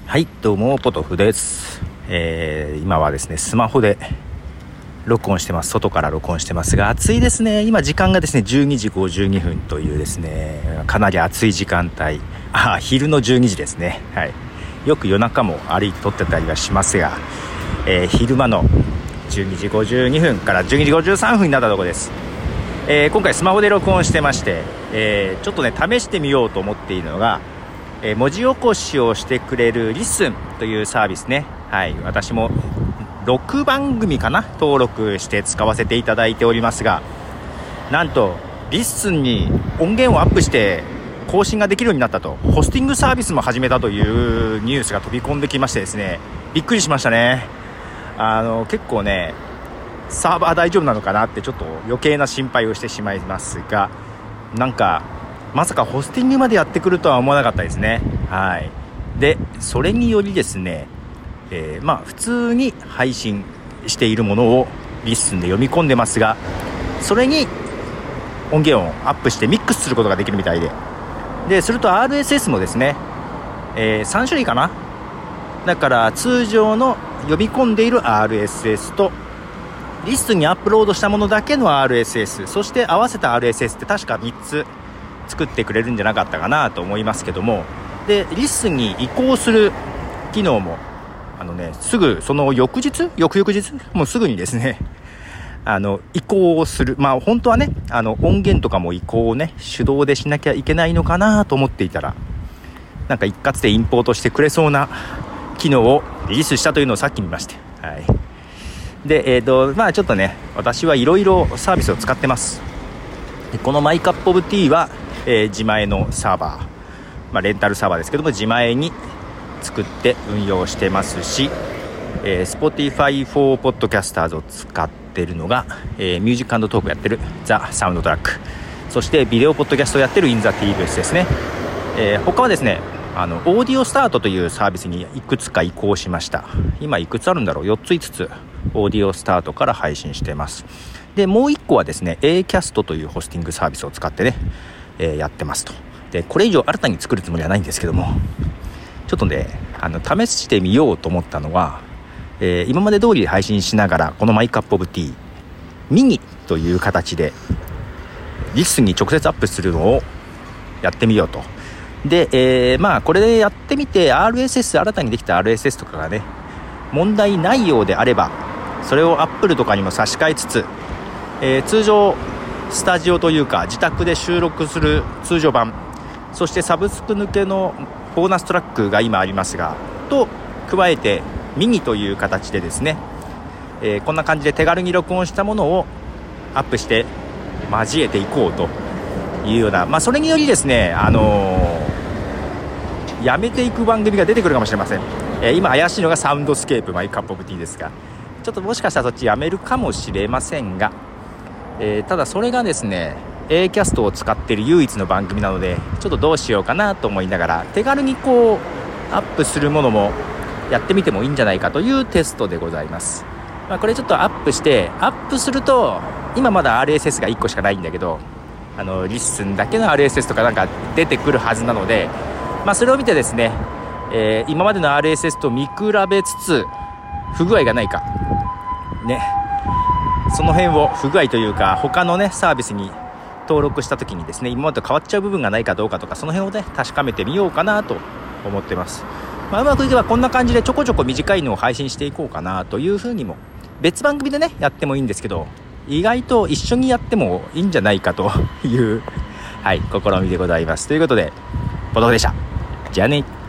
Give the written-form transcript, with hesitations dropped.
はい、どうもポトフです。今はですねスマホで録音してます。外から録音してますが、暑いですね。今時間がですね12時52分というですねかなり暑い時間帯、昼の12時ですね。はい、よく夜中も歩いて撮ってたりはしますが、昼間の12時52分から12時53分になったところです。今回スマホで録音してまして、ちょっとね試してみようと思っているのが、文字起こしをしてくれるリッスンというサービスね。はい、私も6番組かな登録して使わせていただいておりますが、なんとリッスンに音源をアップして更新ができるようになったと、ホスティングサービスも始めたというニュースが飛び込んできましてですね、びっくりしましたね。結構ねサーバー大丈夫なのかなってちょっと余計な心配をしてしまいますが、なんかまさかホスティングまでやってくるとは思わなかったですね。はい。でそれによりですね、普通に配信しているものをリッスンで読み込んでますが、それに音源をアップしてミックスすることができるみたいですると RSS もですね、3種類かな。だから通常の読み込んでいる RSS とリッスンにアップロードしたものだけの RSS、 そして合わせた RSS って確か3つ作ってくれるんじゃなかったかなと思いますけども、でリッスンに移行する機能もすぐその翌々日もうすぐにですね移行する。本当はね音源とかも移行をね手動でしなきゃいけないのかなと思っていたら、なんか一括でインポートしてくれそうな機能をリリースしたというのをさっき見まして、はい。でちょっとね私はいろいろサービスを使ってます。でこのマイカップオブティーは、自前のサーバー、レンタルサーバーですけども自前に作って運用してますし、Spotify for Podcasters を使ってるのが、ミュージック&トークやってるザ・サウンドトラック、そしてビデオポッドキャストをやってるインザ TBS ですね。他はですねオーディオスタートというサービスにいくつか移行しました。今いくつあるんだろう、4つ5つオーディオスタートから配信してます。でもう1個はですね Acast というホスティングサービスを使ってね、やってますと。でこれ以上新たに作るつもりはないんですけども、ちょっとね試してみようと思ったのは、今まで通り配信しながらこのマイカップオブティーミニという形でリッスンに直接アップするのをやってみようと。で、これでやってみて RSS 新たにできた RSS とかがね問題ないようであれば、それを Apple とかにも差し替えつつ、通常スタジオというか自宅で収録する通常版、そしてサブスク抜けのボーナストラックが今ありますがと加えてミニという形でですね、こんな感じで手軽に録音したものをアップして交えていこうというような、それによりですねやめていく番組が出てくるかもしれません。今怪しいのがサウンドスケープマイカップオブティーですが、ちょっともしかしたらそっちやめるかもしれませんが、ただそれがですね Acast を使っている唯一の番組なので、ちょっとどうしようかなと思いながら手軽にこうアップするものもやってみてもいいんじゃないかというテストでございます。これちょっとアップすると今まだ RSS が1個しかないんだけど、リッスンだけの RSS とかなんか出てくるはずなので、それを見てですね、今までの RSS と見比べつつ不具合がないかね、その辺を不具合というか他のねサービスに登録した時にですね今までと変わっちゃう部分がないかどうかとか、その辺をね確かめてみようかなと思ってます。うまくいけばこんな感じでちょこちょこ短いのを配信していこうかなというふうにも、別番組でねやってもいいんですけど、意外と一緒にやってもいいんじゃないかという試みでございます。ということでポトフでした。じゃあね。